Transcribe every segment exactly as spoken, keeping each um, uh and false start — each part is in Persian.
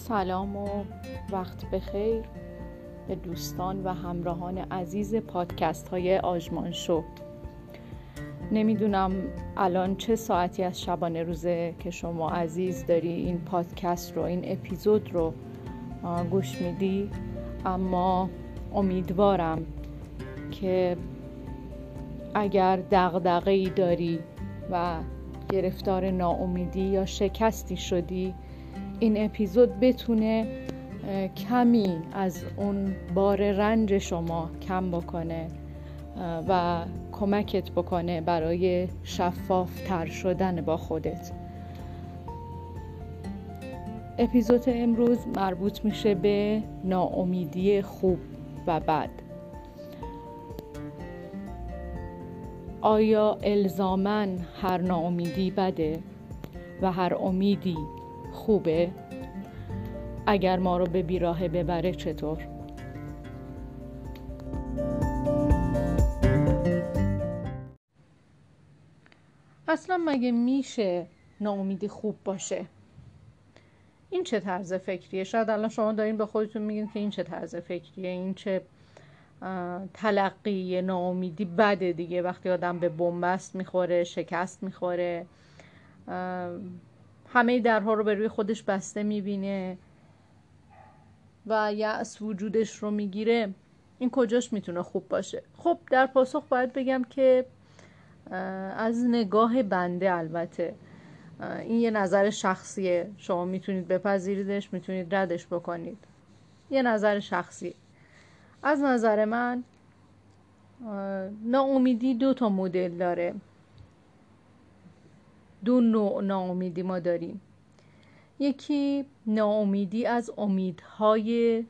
سلام و وقت بخیر به دوستان و همراهان عزیز پادکست های آژمان شو. نمیدونم الان چه ساعتی از شبانه روزه که شما عزیز داری این پادکست رو، این اپیزود رو گوش میدی، اما امیدوارم که اگر دغدغه‌ای داری و گرفتار ناامیدی یا شکستی شدی، این اپیزود بتونه کمی از اون بار رنج شما کم بکنه و کمکت بکنه برای شفاف تر شدن با خودت. اپیزود امروز مربوط میشه به ناامیدی خوب و بد. آیا الزاماً هر ناامیدی بده و هر امیدی خوبه؟ اگر ما رو به بیراهه ببره چطور؟ اصلا مگه میشه ناامیدی خوب باشه؟ این چه طرز فکریه؟ شاید الان شما دارین به خودتون میگین که این چه طرز فکریه، این چه تلقی ناامیدی بده دیگه. وقتی آدم به بنبست میخوره، شکست میخوره، همه درها رو به روی خودش بسته میبینه و یأس وجودش رو میگیره، این کجاش میتونه خوب باشه؟ خب در پاسخ باید بگم که از نگاه بنده، البته این یه نظر شخصیه، شما میتونید بپذیریدش، میتونید ردش بکنید، یه نظر شخصی. از نظر من ناامیدی دو تا مدل داره، دو نوع ناامیدی ما داریم. یکی ناامیدی از امیدهای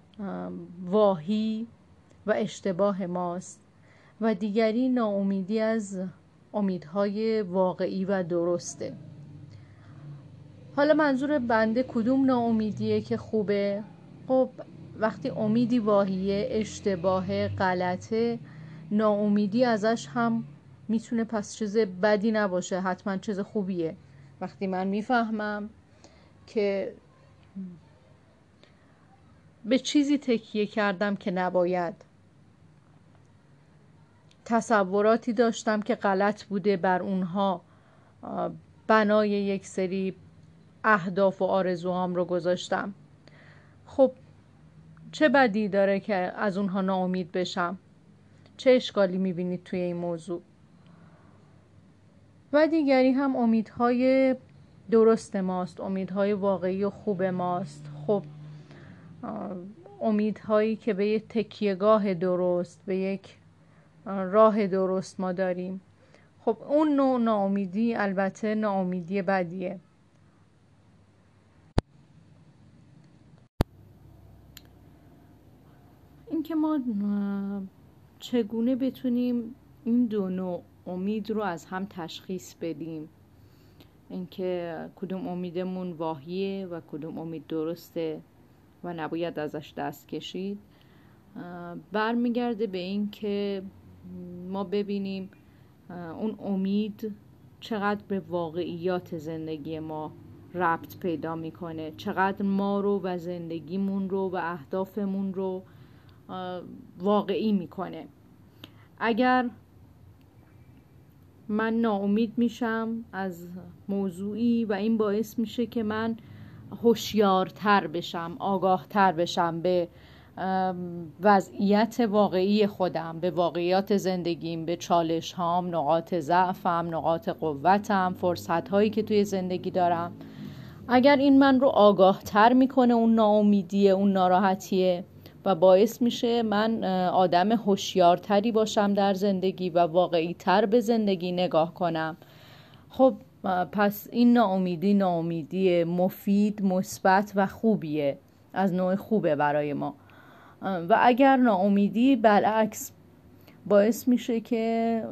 واهی و اشتباه ماست و دیگری ناامیدی از امیدهای واقعی و درسته. حالا منظور بنده کدوم ناامیدیه که خوبه؟ خب وقتی امیدی واهیه، اشتباه، غلطه، ناامیدی ازش هم میتونه پس چیز بدی نباشه، حتما چیز خوبیه. وقتی من میفهمم که به چیزی تکیه کردم که نباید، تصوراتی داشتم که غلط بوده، بر اونها بنای یک سری اهداف و آرزوهام رو گذاشتم، خب چه بدی داره که از اونها ناامید بشم؟ چه اشکالی میبینید توی این موضوع؟ و دیگری هم امیدهای درست ماست، امیدهای واقعی و خوب ماست. خب امیدهایی که به یک تکیهگاه درست، به یک راه درست ما داریم، خب اون نوع ناامیدی البته ناامیدی بدیه. اینکه ما چگونه بتونیم این دو نوع امید رو از هم تشخیص بدیم، اینکه کدوم امیدمون واهیه و کدوم امید درسته و نباید ازش دست کشید، برمیگرده به این که ما ببینیم اون امید چقدر به واقعیات زندگی ما ربط پیدا میکنه، چقدر ما رو و زندگیمون رو و اهدافمون رو واقعی میکنه. اگر من ناامید میشم از موضوعی و این باعث میشه که من هوشیارتر بشم، آگاهتر بشم به وضعیت واقعی خودم، به واقعیات زندگیم، به چالش هام، نقاط ضعفم، نقاط قوتم، فرصت هایی که توی زندگی دارم، اگر این من رو آگاهتر میکنه اون ناامیدیه، اون ناراحتیه و باعث میشه من آدم هوشیارتری باشم در زندگی و واقعی تر به زندگی نگاه کنم، خب پس این ناامیدی ناامیدی مفید، مثبت و خوبیه، از نوع خوبه برای ما. و اگر ناامیدی برعکس باعث میشه که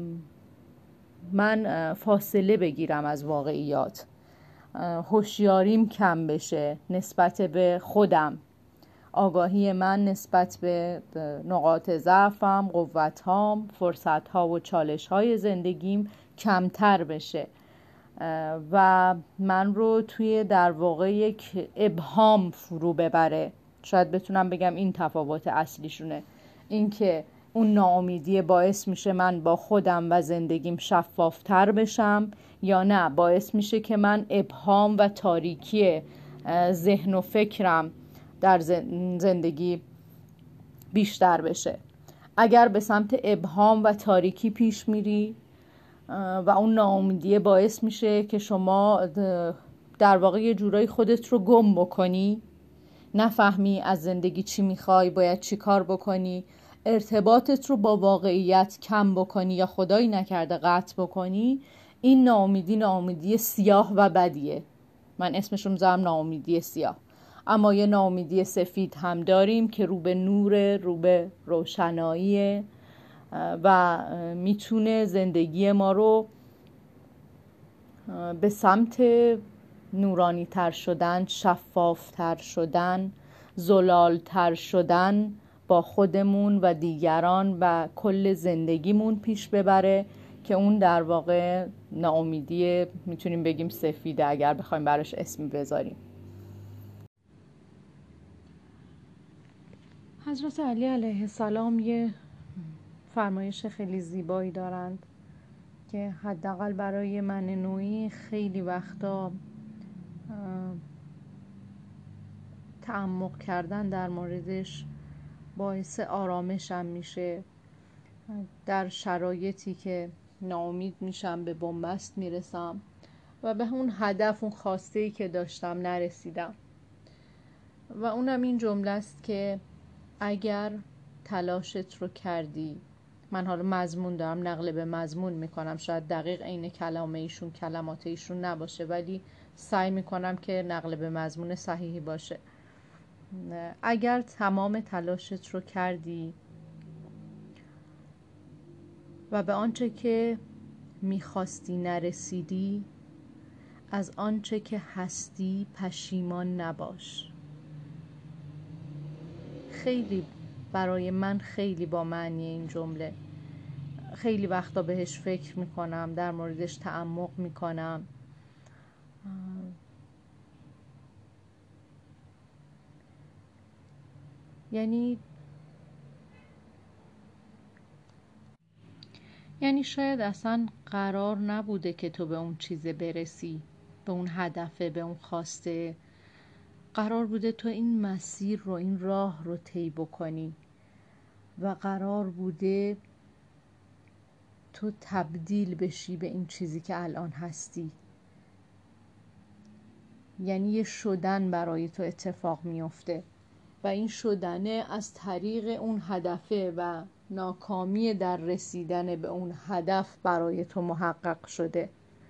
من فاصله بگیرم از واقعیات، هوشیاریم کم بشه نسبت به خودم، آگاهی من نسبت به نقاط ضعفم، قوت‌هام، فرصت‌ها و چالش‌های زندگیم کمتر بشه، و من رو توی در واقع یک ابهام فرو ببره. شاید بتونم بگم این تفاوت اصلیشونه، این که اون ناامیدی باعث میشه من با خودم و زندگیم شفافتر بشم، یا نه باعث میشه که من ابهام و تاریکی ذهن و فکرم در زندگی بیشتر بشه. اگر به سمت ابهام و تاریکی پیش میری و اون ناامیدی باعث میشه که شما در واقع یه جورایی خودت رو گم بکنی، نفهمی از زندگی چی میخوای، باید چی کار بکنی، ارتباطت رو با واقعیت کم بکنی یا خدایی نکرده قطع بکنی، این ناامیدی ناامیدی سیاه و بدیه. من اسمش رو میذارم ناامیدی سیاه. اما یه ناامیدی سفید هم داریم که رو به نور، رو به روشناییه و میتونه زندگی ما رو به سمت نورانی تر شدن، شفاف تر شدن، زلال تر شدن با خودمون و دیگران و کل زندگیمون پیش ببره، که اون در واقع ناامیدی میتونیم بگیم سفیده اگر بخوایم براش اسمی بذاریم. حضرت علی علیه السلام یه فرمایش خیلی زیبایی دارند که حداقل برای من نوعی خیلی وقتا تعمق کردن در موردش باعث آرامشم میشه. در شرایطی که ناامید میشم، به بنبست میرسم و به اون هدف، اون خواسته‌ای که داشتم نرسیدم، و اونم این جمله است که اگر تلاشت رو کردی، من حالا مضمون دارم نقل به مضمون میکنم، شاید دقیق عین کلام ایشون کلمات ایشون نباشه، ولی سعی میکنم که نقل به مضمون صحیحی باشه. اگر تمام تلاشت رو کردی و به آنچه که میخواستی نرسیدی، از آنچه که هستی پشیمان نباش. خیلی برای من خیلی با معنی این جمله، خیلی وقتا بهش فکر میکنم، در موردش تعمق میکنم. یعنی یعنی شاید اصلا قرار نبوده که تو به اون چیزه برسی، به اون هدفه، به اون خواسته. قرار بوده تو این مسیر رو، این راه رو طی بکنی و قرار بوده تو تبدیل بشی به این چیزی که الان هستی. یعنی یه شدن برای تو اتفاق میفته و این شدنه از طریق اون هدفه و ناکامی در رسیدن به اون هدف برای تو محقق شده.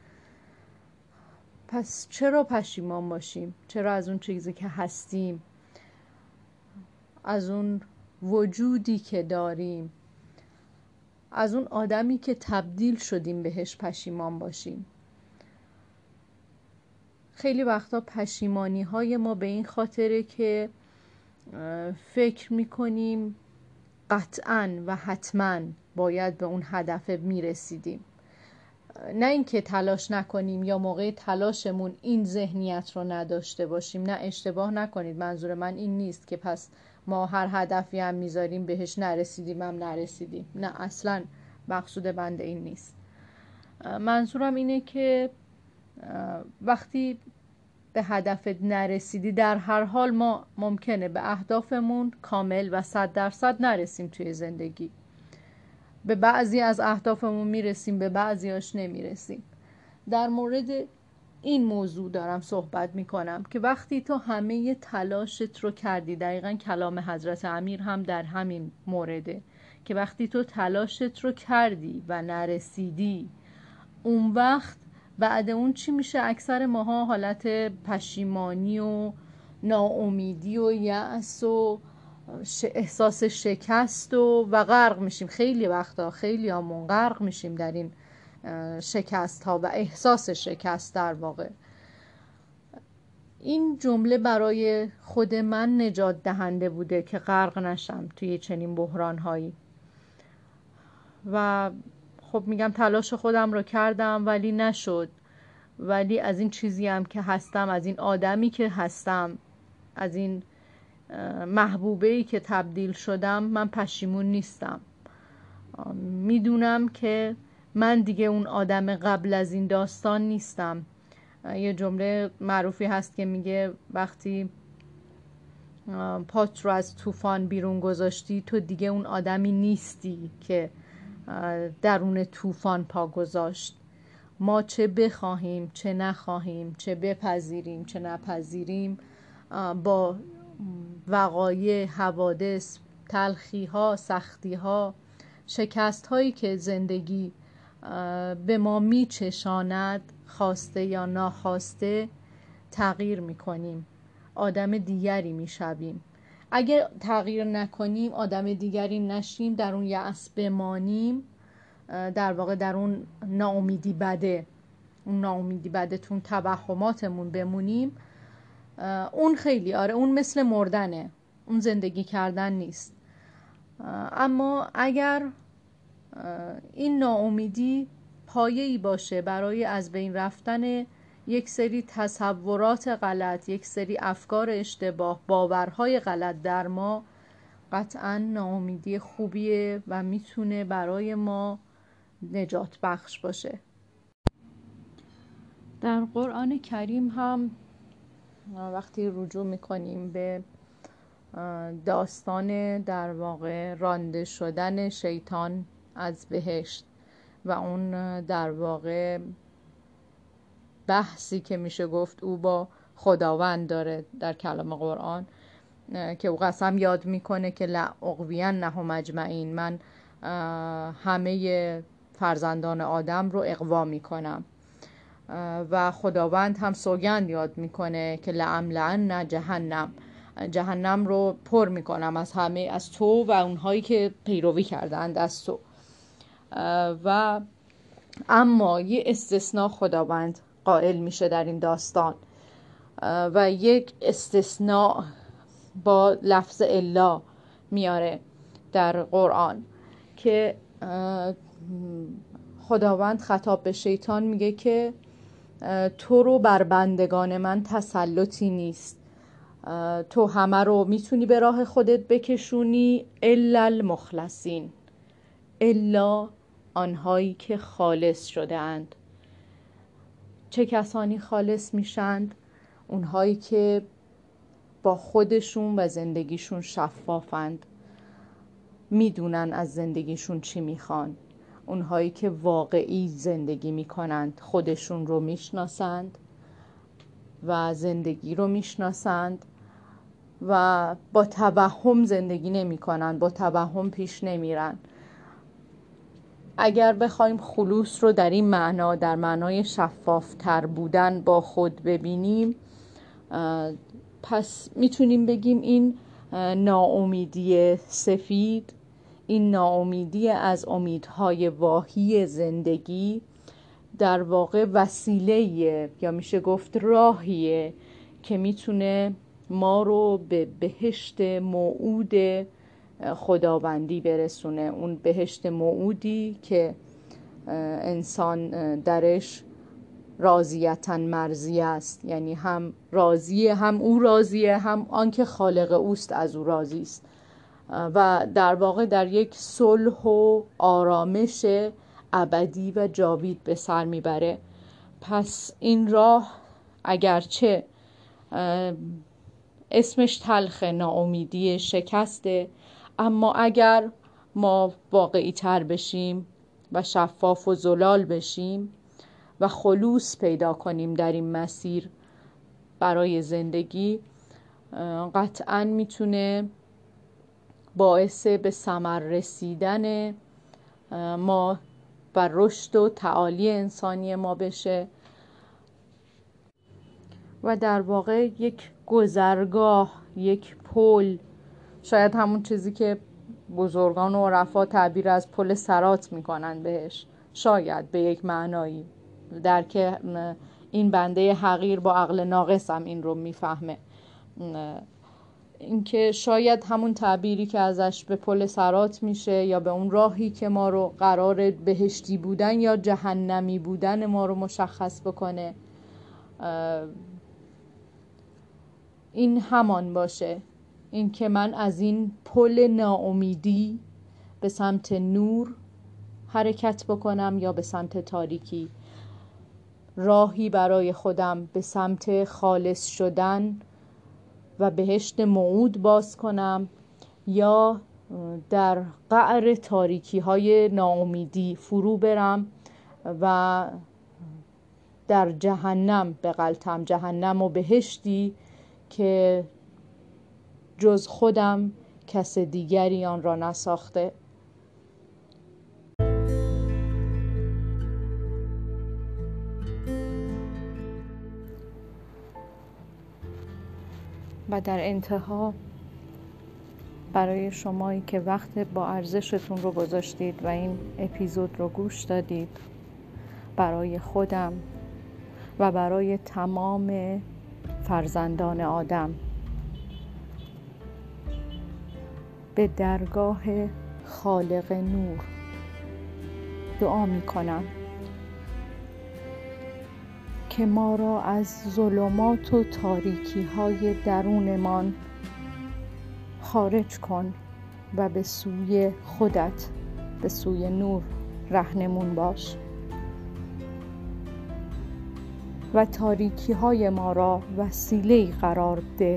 پس چرا پشیمان باشیم؟ چرا از اون چیزی که هستیم، از اون وجودی که داریم، از اون آدمی که تبدیل شدیم بهش پشیمان باشیم؟ خیلی وقتا پشیمانی های ما به این خاطره که فکر میکنیم قطعاً و حتماً باید به اون هدف میرسیدیم. نه اینکه تلاش نکنیم یا موقع تلاشمون این ذهنیت رو نداشته باشیم، نه اشتباه نکنید، منظور من این نیست که پس ما هر هدفی هم میذاریم بهش نرسیدیم هم نرسیدیم. نه، اصلاً مقصود بنده این نیست. منظورم اینه که وقتی به هدفت نرسیدی، در هر حال ما ممکنه به اهدافمون کامل و صد درصد نرسیم توی زندگی. به بعضی از اهدافمون میرسیم، به بعضیاش نمیرسیم. در مورد این موضوع دارم صحبت میکنم که وقتی تو همه تلاشت رو کردی، دقیقاً کلام حضرت امیر هم در همین مورده، که وقتی تو تلاشت رو کردی و نرسیدی، اون وقت بعد اون چی میشه؟ اکثر ماها حالت پشیمانی و ناامیدی و یأس و احساس شکست و و غرق میشیم. خیلی وقتا خیلی همون غرق میشیم در این شکست ها و احساس شکست. در واقع این جمله برای خود من نجات دهنده بوده که غرق نشم توی چنین بحران هایی. و خب میگم تلاش خودم رو کردم ولی نشد ولی از این چیزی هم که هستم، از این آدمی که هستم، از این محبوبه‌ای که تبدیل شدم، من پشیمون نیستم. میدونم که من دیگه اون آدم قبل از این داستان نیستم. یه جمله معروفی هست که میگه وقتی پات رو از طوفان بیرون گذاشتی، تو دیگه اون آدمی نیستی که درون طوفان پا گذاشت. ما چه بخواهیم چه نخواهیم، چه بپذیریم چه نپذیریم، با وقایع، حوادث، تلخی ها، سختی ها، شکست هایی که زندگی به ما می چشاند، خواسته یا ناخواسته تغییر می کنیم، آدم دیگری می شویم. اگر تغییر نکنیم، آدم دیگری نشیم، در اون یأس بمانیم، در واقع در اون ناامیدی بده، اون ناامیدی بده تون توهماتمون بمونیم، اون خیلی آره اون مثل مردنه، اون زندگی کردن نیست. اما اگر این ناامیدی پایه‌ای باشه برای از بین رفتن یک سری تصورات غلط، یک سری افکار اشتباه، باورهای غلط در ما، قطعاً ناامیدی خوبیه و میتونه برای ما نجات بخش باشه. در قرآن کریم هم وقتی رجوع میکنیم به داستان در واقع رانده شدن شیطان از بهشت و اون در واقع بحثی که میشه گفت او با خداوند داره در کلام قرآن، که او قسم یاد میکنه که لأغوینهم اجمعین، من همه فرزندان آدم رو اغوا میکنم، و خداوند هم سوگند یاد میکنه که لأملأن جهنم، جهنم رو پر میکنم از همه، از تو و اونهایی که پیروی کردند از تو. و اما یه استثناء خداوند قائل میشه در این داستان، و یک استثناء با لفظ الا میاره در قرآن، که خداوند خطاب به شیطان میگه که تو رو بر بندگان من تسلطی نیست، تو همه رو میتونی به راه خودت بکشونی، الا المخلصین، الا آنهایی که خالص شده اند. چه کسانی خالص میشند؟ اونهایی که با خودشون و زندگیشون شفافند، میدونن از زندگیشون چی میخوان، اونهایی که واقعی زندگی میکنند، خودشون رو میشناسند و زندگی رو میشناسند و با توهم زندگی نمیکنند، با توهم پیش نمیرن. اگر بخوایم خلوص رو در این معنا، در معنای شفافتر بودن با خود ببینیم، پس میتونیم بگیم این ناامیدی سفید، این ناامیدی از امیدهای واهی زندگی، در واقع وسیله‌ایه یا میشه گفت راهیه که میتونه ما رو به بهشت موعود خداوندی برسونه. اون بهشت موعودی که انسان درش راضیتاً مرضیه است، یعنی هم راضیه، هم او راضیه، هم آنکه خالق اوست از او راضی است، و در واقع در یک صلح و آرامش ابدی و جاوید به سر میبره. پس این راه اگرچه اسمش تلخ، ناامیدی، شکسته، اما اگر ما واقعی تر بشیم و شفاف و زلال بشیم و خلوص پیدا کنیم در این مسیر برای زندگی، قطعاً میتونه باعث به ثمر رسیدن ما و رشد و تعالی انسانی ما بشه و در واقع یک گذرگاه، یک پل، شاید همون چیزی که بزرگان و عرفا تعبیر از پل صراط میکنن بهش، شاید به یک معنایی، در که این بنده حقیر با عقل ناقصم این رو میفهمه، اینکه شاید همون تعبیری که ازش به پل صراط میشه یا به اون راهی که ما رو قرار بهشتی بودن یا جهنمی بودن ما رو مشخص بکنه، این همان باشه، این که من از این پل ناامیدی به سمت نور حرکت بکنم یا به سمت تاریکی، راهی برای خودم به سمت خالص شدن و بهشت موعود باز کنم یا در قعر تاریکی های ناامیدی فرو برم و در جهنم بغلطم، جهنم و بهشتی که جز خودم کس دیگری آن را نساخته. و در انتها برای شمایی که وقت با ارزشتون رو گذاشتید و این اپیزود رو گوش دادید، برای خودم و برای تمام فرزندان آدم به درگاه خالق نور دعا می کنم که ما را از ظلمات و تاریکی های درونمان خارج کن و به سوی خودت، به سوی نور رهنمون باش و تاریکی های ما را وسیله‌ای قرار ده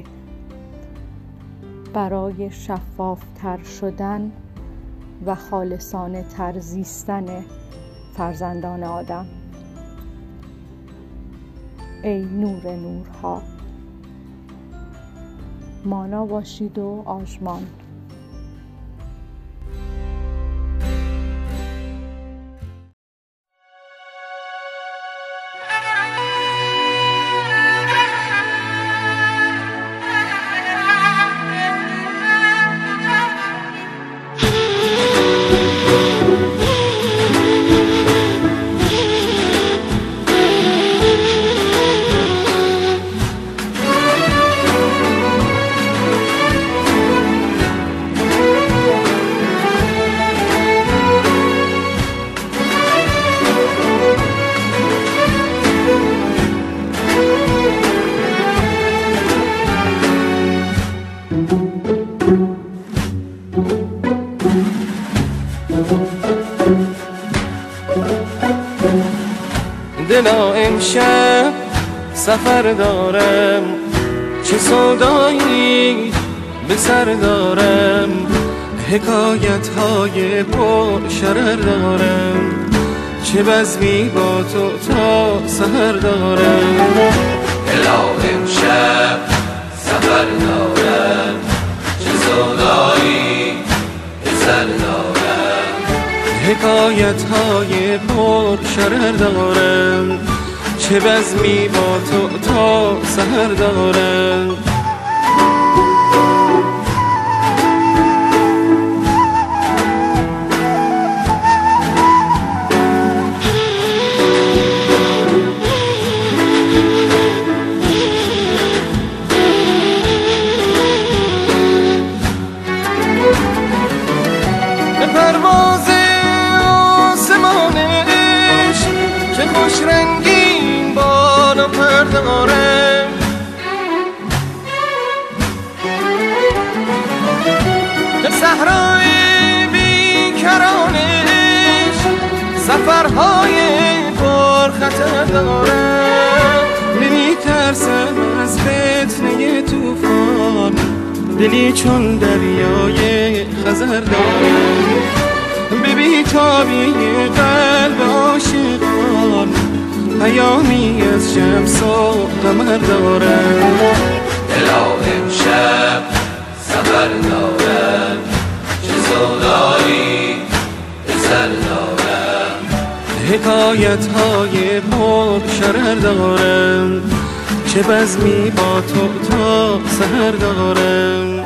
برای شفافتر شدن و خالصانه تر زیستن فرزندان آدم. ای نور نورها، مانا باشید و آژمان. دلا امشب سفر دارم، چه سودایی به سر دارم، حکایت های پر شرر دارم، چه بزمی با تو تا سحر دارم. دلا امشب سفر دارم، چه سودایی به سر دارم، حکایت های پر شرر دارم، چه بزمی با تو تا سحر دارم. به پرواز آسمانش چه خوش رنگین بال و پر دارم، به صحرای بیکرانش سفرهای پر خطر دارم. نمیترسم از فتنه طوفان، دلی چون دریای خزر دارم، به بیتابی قلب عاشقان پیامی از شمس و قمر دارم. دلا امشب سفر دارم، چه سودایی به سر دارم، حکایت های پر شرر دارم، چه بزمی با تو تا سحر دارم.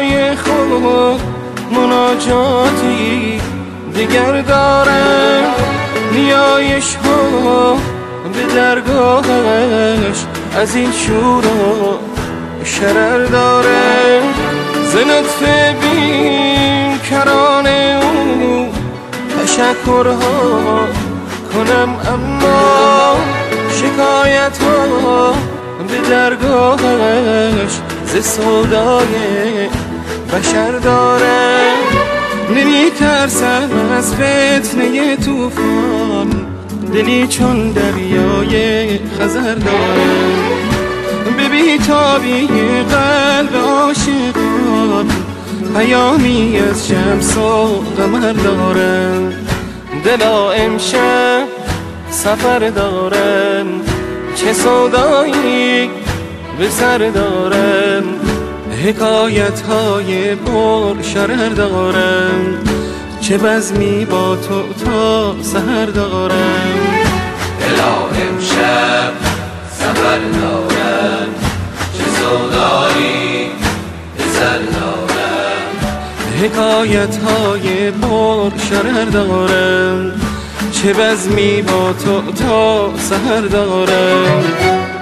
برای خود مناجاتی دیگر دارم، نیایش ها به درگاهش از این شورا شرر دارم. ز لطف بی کران او تشکرها کنم، اما شکایت ها به درگاهش ز سودای بشر دارم. نمی ترسم از فتنه توفان، دلی چون دریای خزر دارم. به بیتابی قلب عاشقان پیامی از شمس و قمر دارم. دلا امشب سفر دارم، چه سودایی به سر دارم. حکایت های پر شرر دارم، چه بزمی با تو تا سحر دارم. دلا امشب سفر دارم، چه سودایی به سر دارم. حکایت های پر شرر دارم، چه بزمی با تو تا سحر دارم.